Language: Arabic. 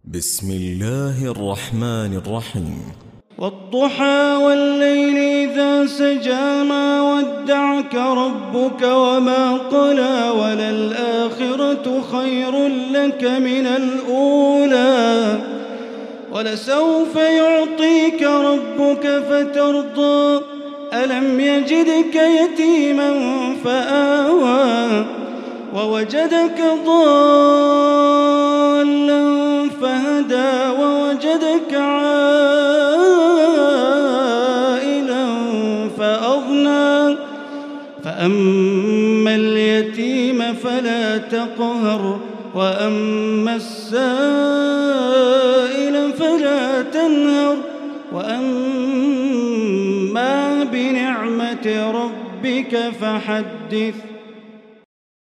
بسم الله الرحمن الرحيم. والضحى والليل إذا سجى ما ودعك ربك وما قلى وللآخرة خير لك من الأولى ولسوف يعطيك ربك فترضى ألم يجدك يتيما فآوى ووجدك ضالا فهدى ووجدك عائلا فأغنى فأما اليتيم فلا تقهر وأما السائل فلا تنهر وأما بنعمة ربك فحدث.